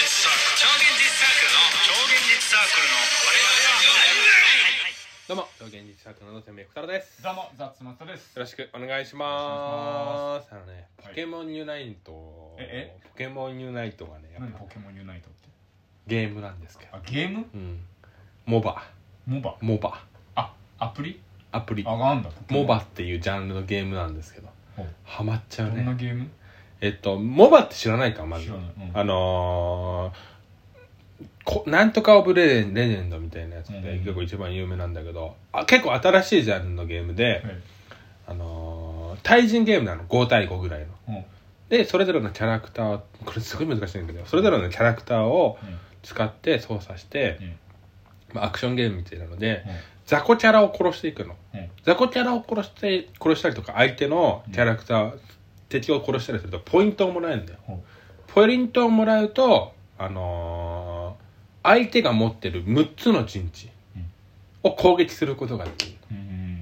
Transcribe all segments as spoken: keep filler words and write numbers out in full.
どうも超現実サークルの天命ふたろです。 どうもザッツマスタです。 よろしくお願いします。あのね、ポケモンユナイト、 ええポケモンユナイトがね、やっ何ぱポケモンユナイトって？ ゲームなんですけど。 あ、ゲーム？ うん。モバ。 モバ。 モバ。 あ、アプリ？ アプリ。 あ、なんだ。 モバっていうジャンルのゲームなんですけど、ハマっちゃうね。 どんなゲーム？ えっとモバって知らないかまず。 知らない。うん、 あのー。こなんとかオブレジェンドみたいなやつで、うん、結構一番有名なんだけど、あ結構新しいジャンルのゲームで、はい、あのー、対人ゲームなのご対ごぐらいの、うん、でそれぞれのキャラクター、これすごい難しいんだけど、それぞれのキャラクターを使って操作して、うんまあ、アクションゲームみたいなので、うん、雑魚キャラを殺していくの、うん、雑魚キャラを殺して殺したりとか、相手のキャラクター、うん、敵を殺したりするとポイントをもらえるんだよ、うん、ポイントをもらうとあのー相手が持ってるむっつの陣地を攻撃することができる、うん、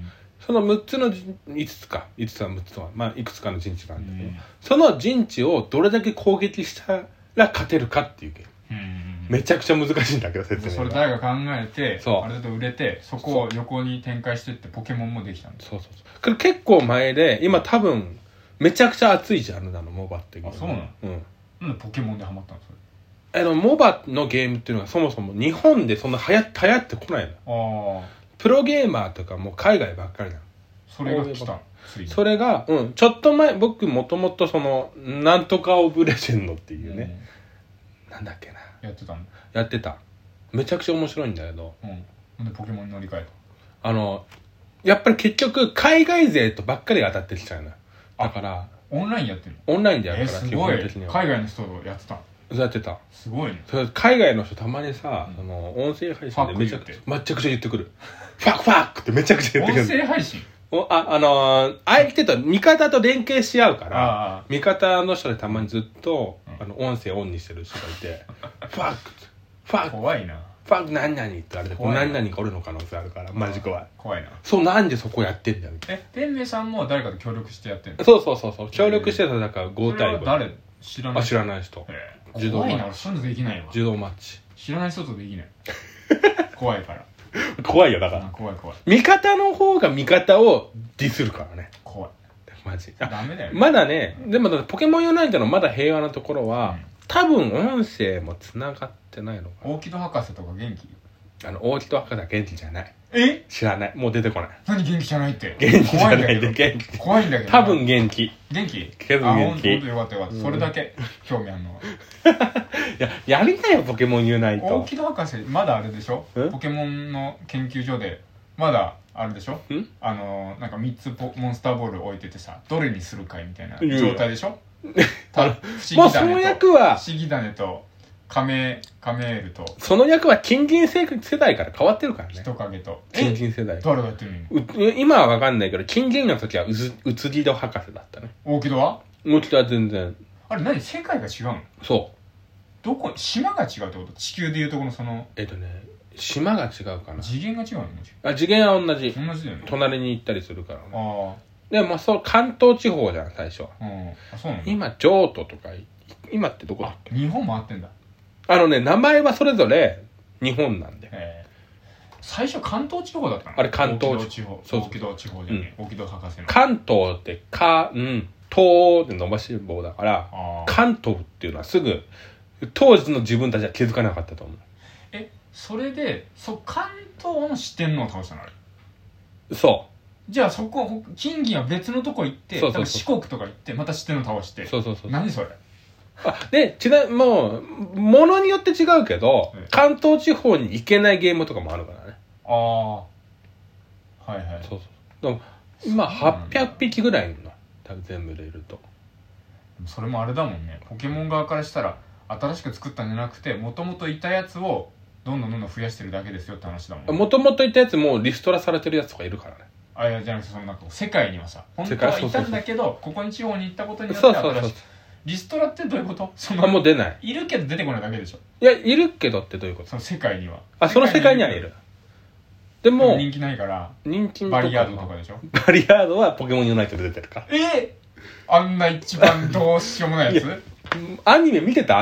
そのむっつのいつつかいつつはむっつとは、まあ、いくつかの陣地があるんだけど、うん、その陣地をどれだけ攻撃したら勝てるかっていうゲーム、うん、めちゃくちゃ難しいんだけど説明がそれ誰が考えてある程度売れてそこを横に展開してってポケモンもできたんです。 そうそうそうこれ結構前で今多分めちゃくちゃ熱いジャンルなのモバってゲーム。 あ、そうなの、 うん、 なんでポケモンでハマったのそれ。 あのモバのゲームっていうのがそもそも日本でそんな流行流行ってこないの。あプロゲーマーとかも海外ばっかりなの。 それが来た。 それが、うん、ちょっと前僕もともとそのなんとかオブレジェンドっていうね、うん、なんだっけなやってたのやってためちゃくちゃ面白いんだけど、 うん、なんでポケモンに乗り換えたあのやっぱり結局海外勢とばっかりが当たってきちゃうの。だからオンラインやってるのオンラインでやるから、 えー、すごい海外の人とやってたやってたすごいね。 それ海外の人たまにさ、うん、その音声配信でめちゃくちゃめちゃくちゃ言ってくるファックファックってめちゃくちゃ言ってくる。 音声配信おああのー、相手と味方と連携し合うから味方の人でたまにずっと、うん、あの音声オンにしてる人がいてファックファック怖いなファック何々ってあれで何々がおるの可能性あるからマジ怖い怖いな。 そうなんでそこやってんだよみたいな。 え天明さんも誰かと協力してやってんの。 そうそうそうそう協力してただからご対ご。 誰知らないあ知らない人。 柔道マッチ。怖いな俺そういうのできないわ。 柔道マッチ知らない人とできない怖いから怖いよだから怖い怖い味方の方が味方をディスるからね。 怖いマジダメだよ、ね、 まだね、うん、でもポケモンユナイトのまだ平和なところは、うん、多分音声もつながってないのかな。 大木戸博士とか元気？ あの大木戸博士は元気じゃない。 え知らない。もう出てこない。 何元気じゃないって。 元気じゃないで元気。 怖いんだけど。 多分元気。 元気？ けど元気。 あ、ほんとよかったよかった。うん、それだけ興味あるのは。 いや、やりたいよポケモンユナイト。 大木戸博士まだあれでしょ？ポケモンの研究所でまだあれでしょ？あのなんかみっつポモンスターボール置いててさ、どれにするかいみたいな状態でしょ？た不思議だねと。もうその役は不思議だねと。カメカメールとその役は金銀世代から変わってるからね。 人影と金銀世代誰がやってるの？今は分かんないけど金銀の時はうつうつり戸博士だったね。 大木戸は大木戸は全然あれ何世界が違うの？そうどこ島が違うってこと？地球でいうとこのそのえっとね島が違うかな。 次元が違うの？ あ次元は同じ同じだよね。 隣に行ったりするからね。 ああでもまあそう関東地方じゃん最初は、 うん、あそうなの？ 今京都とか今ってどこだっけ？ 日本回ってんだ。 あのね名前はそれぞれ日本なんで、 えー、最初関東地方だったの？ あれ関東地方大木戸地方じゃねえ、うん、大木戸博士の関東ってかん東で伸ばし棒だから関東っていうのはすぐ当時の自分たちは気づかなかったと思う。 えそれでそ関東の四天王を倒したのあれ？ そうじゃあそこ金銀は別のとこ行ってそうそうそう多分四国とか行ってまた四天王倒してそうそうそう何それ？ あでちなもうものによって違うけど、ええ、関東地方に行けないゲームとかもあるからね。 ああはいはいそうそうでも今はっぴゃくぴきぐらいいるの多分全部でいると。 それもあれだもんねポケモン側からしたら新しく作ったんじゃなくてもともといたやつをどんどんどんどん増やしてるだけですよって話だもんね。 もともといたやつもリストラされてるやつとかいるからね。 あいやじゃなくてそのなんか世界にはさ本当はいたんだけどここに地方に行ったことによって新しいそうそうそうリストラってどういうこと？そのあもう出ない。 いるけど出てこないだけでしょ。 いやいるけどってどういうこと？ その世界にはあその世界にはいる。でも人気ないから人気バリヤードとかでしょ。 バリヤードはポケモンユナイトで出てるから。 えー、あんな一番どうしようもないやつアニメ見てた？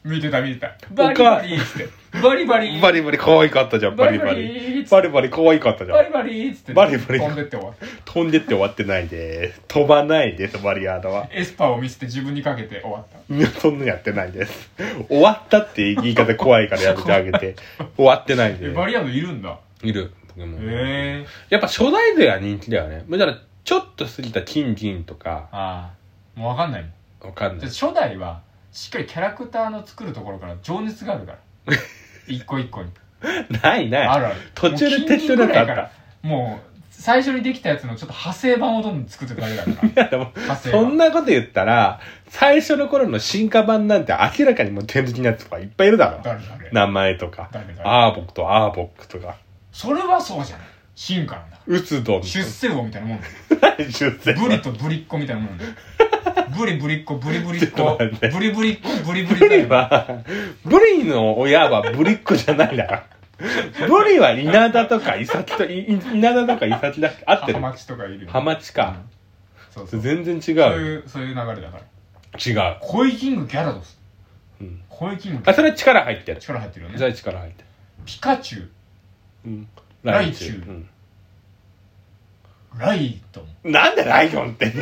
見てた見てた。バリバリーっつって。バリバリー。 バリバリ可愛かったじゃん、バリバリ。バリバリ可愛かったじゃん。 バリバリーっつって。 バリバリ。 飛んでって終わった。 飛んでって終わってないで。飛ばないです、バリアードは。 エスパーを見せて自分にかけて終わった。 いや、そんなやってないです。終わったって言い方怖いからやめてあげて。終わってないで。 バリアードいるんだ。 いる。ポケモン。 へー。 やっぱ初代勢は人気だよね。だから、ちょっと過ぎた金銀とか。 ああ。もうわかんないもん。 わかんない。 初代は、しっかりキャラクターの作るところから情熱があるから一個一個にないないあるある途中で適当なかったもう最初にできたやつのちょっと派生版をどんどん作ってるだけだからいやでもそんなこと言ったら最初の頃の進化版なんて明らかにもう点付きのやつとかいっぱいいるだろ。 誰誰名前とか誰誰アーボックとアーボックとかそれはそうじゃない進化なんだウツドン出世魚みたいなもんだよ出世ブリとブリっ子みたいなもんだよブリブリっ子ブリブリっ子ブリブリっ子ブリブリブリはブリの親はブリっ子じゃないだろブリは稲田とかイサキと稲田とかイサキだっけ合ってるハマチとかいるよハマチか、 うん、そうそう全然違うそういうそういう流れだから違うコイキングギャラドス、 うん、 コイキングあそれ力入ってる力入ってるよねじゃあ力入ってるピカチュウ、 うん、 ライチュウ、うん、ライトンなんでライオンって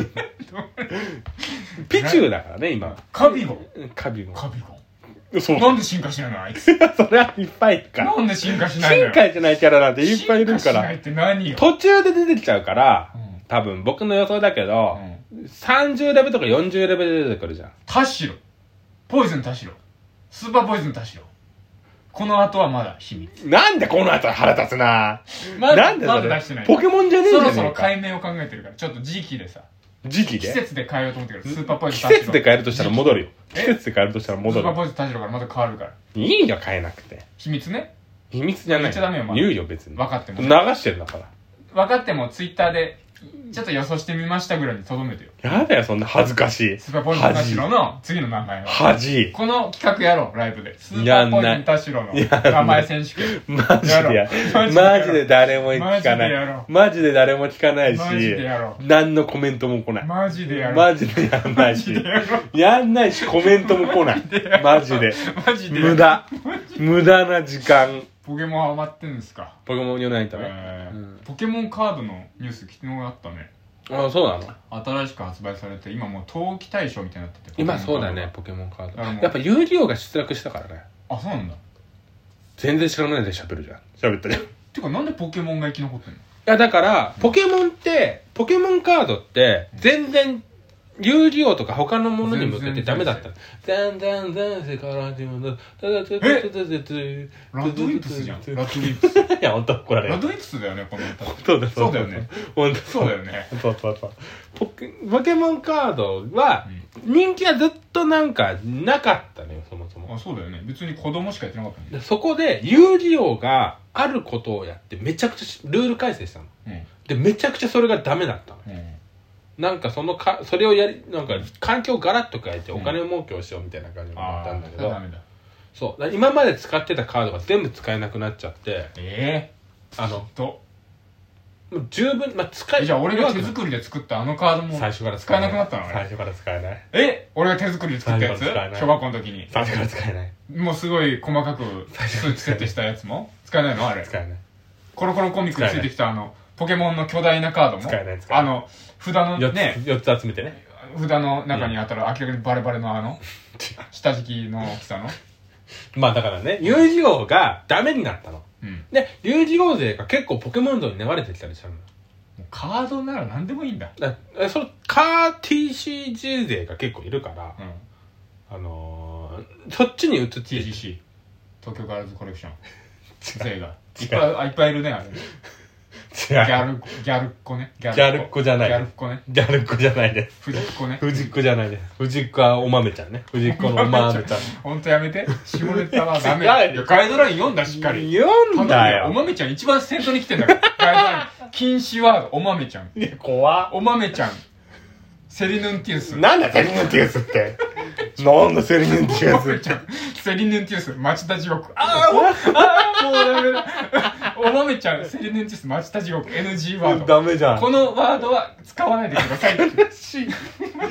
ピチュウだからね今カビゴンカビゴンカビゴンそうなんで進化しないのあいつそれはいっぱいいるからなんで進化しないのよ進化しないキャラなんていっぱいいるから進化しないって何よ途中で出てきちゃうから、うん、多分僕の予想だけど、うん、さんじゅうレベルとかよんじゅうレベルで出てくるじゃんタシロポイズンタシロスーパーポイズンタシロこの後はまだ秘密なんでこの後は腹立つなまだなんでまだ出してないポケモンじゃねえじゃねえかそろそろ解明を考えてるからちょっと時期でさ時期で季節で変えようと思ってるからスーパーポイズンタシロ季節で変えるとしたら戻るよ季節で変えるとしたら戻るスーパーポイズンタシロからまた変わるからいいよ変えなくて秘密ね秘密じゃない言っちゃダメよ、まだ言うよ別に分かっても流してんだから分かってもツイッターでちょっと予想してみましたぐらいにとどめてよやだよそんな恥ずかしいスーパーポイズンタシロの次の名前は恥この企画やろうライブでスーパーポイズンタシロの名前選手権マジでやマジで誰も聞かないマジで誰も聞かないしマジでやろう何のコメントも来ないマジでやろうマジでやんないしやんないしコメントも来ないマジでマジで無駄無駄な時間ポケモンハマってんですかポケモンユナイトね、 えーうん、ポケモンカードのニュース昨日あったねああそうなの新しく発売されて今もう冬季大賞みたいになってて今そうだねポケモンカードやっぱ遊戯王が出落したからねあそうなんだ全然知らないで喋るじゃん喋ったじゃんてかなんでポケモンが生き残ってんのいやだからポケモンってポケモンカードって全然遊戯王とか他のものに向けてダメだったの。全然全世から始まる。 えラッドウィンプスじゃん。ラッドウィンプス。いや、ほんと怒られる。 ラッドウィンプスだよね、この歌。 そうだ、 そうだよね。 ほんとそうだよね。 そうそうそう。ポケ、ポケモンカードは、人気はずっとなんかなかったのよ、そもそも。 あ、そうだよね。別に子供しかやってなかったの。そこで、遊戯王があることをやって、めちゃくちゃルール改正したの。で、めちゃくちゃそれがダメだったの。なんかそのかそれをやりなんか環境をガラッと変えてお金儲けをしようみたいな感じになったんだけど、うん、そう今まで使ってたカードが全部使えなくなっちゃってええー、 あのともう十分まあ使えじゃあ俺が手作りで作ったあのカードも最初から使えなくなったの最初から使えないえ俺が手作りで作ったやつ小学校の時に最初から使えないもうすごい細かく数値設定したやつも使えないのあれ使えないコロコロコミックについてきたあのポケモンの巨大なカードも使えない使えないあの札のねよっつ集めてね札の中にあったら明らかにバレバレのあの下敷きの大きさのまあだからね遊戯王がダメになったの、うん、で遊戯王勢が結構ポケモン道に流れてきたりしたのカードなら何でもいいんだだそのカー ティーシージー 勢が結構いるから、うん、あのー、そっちに移ってティージーシー 東京ガールズコレクション勢がいっぱいいっぱいいるねあれギャルギャルっ子ねギャルっ子じゃないギャルっ子ねギャルっ子じゃないです藤子ね藤子じゃないです藤子はお豆ちゃんね藤子のお豆ちゃんほんとやめて下ネタはダメガイドライン読んだしっかり読んだよお豆ちゃん一番先頭に来てんだからガイドライン禁止ワードお豆ちゃんいや怖っお豆ちゃんセリヌンティウスなんだセリヌンティウスってなんだセリヌンティウスってセリヌンティウス町田地獄あーもうあーもうダメだお豆ちゃんセリヌンティウス町田地獄 エヌジー ワードダメじゃんこのワードは使わないでください悲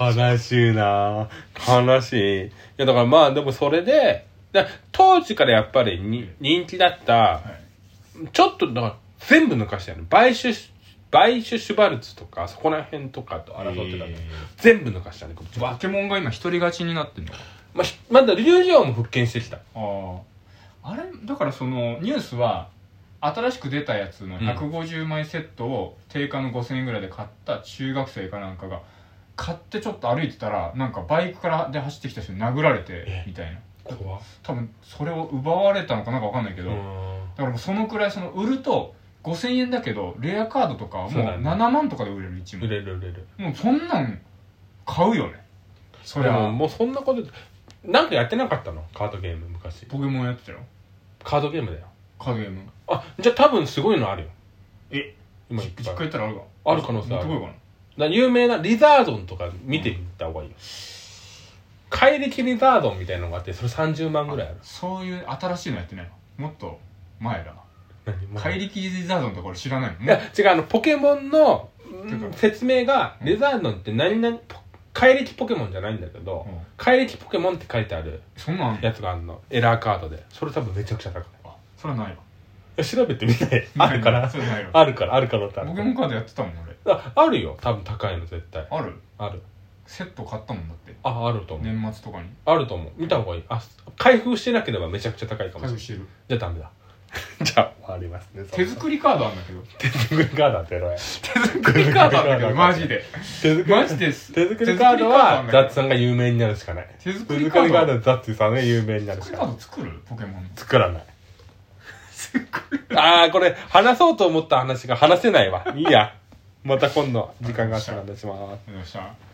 悲しいな悲しい。いやだからまあでもそれでだ当時からやっぱりに人気だった、はい、ちょっとだから全部抜かしてやるバイシュバイシュシュバルツとかそこら辺とかと争ってた、えー、全部抜かしたね。 ポケモンが今一人勝ちになってんのか、 まあ、まだ竜王も復権してきた。 ああれだからそのニュースは新しく出たやつのひゃくごじゅうまいセットを定価のごせんえんぐらいで買った中学生かなんかが買ってちょっと歩いてたらなんかバイクからで走ってきた人に殴られてみたいな、 怖っ。 多分それを奪われたのかなんか分かんないけど、だからもうそのくらいその売るとごせんえんだけどレアカードとかはもうななまんとかで売れるいちまい。 売れる売れる。 もうそんなん買うよね。 それはもうそんなことなんかやってなかったのカードゲーム昔。 ポケモンやってたよ。 カードゲームだよ。 カードゲーム。 あ、じゃあ多分すごいのあるよ。 え今実家行ったらあるかある可能性ある。 どこかな。 だ有名なリザードンとか見てみた方がいいよ。怪力リザードンみたいなのがあってそれさんじゅうまんぐらいある。 そういう新しいのやってないの。もっと前だ。怪力リザードンとか俺知らないの。いや違う、あのポケモンの説明が、うん、リザードンって何々怪力ポケモンじゃないんだけど、うん、怪力ポケモンって書いてあるやつがあるの。エラーカードでそれ多分めちゃくちゃ高い。 あ、それはないわ。 調べてみない。あるからあるからあるからってある。 ポケモンカードやってたもん俺。 あ, あるよ多分高いの絶対ある。 ある。 セット買ったもんだって。 あ、あると思う。 年末とかにあると思う。見た方がいい。あ、開封してなければめちゃくちゃ高いかもしれない。開封してる。 じゃあダメだ。じゃあ終わりますね。 手作りカードあんだけど。 手作りカードあってろや。 手作りカードあんだけどマジで。 手作りマジです。 手作りカードはザッツさんが有名になるしかない。 手作りカードはザッツさんが有名になるしかない。 手作りカード作るポケモン。 作らない。ああこれ話そうと思った話が話せないわ。いいや。また今度時間があったら話します。 ありがとうございました。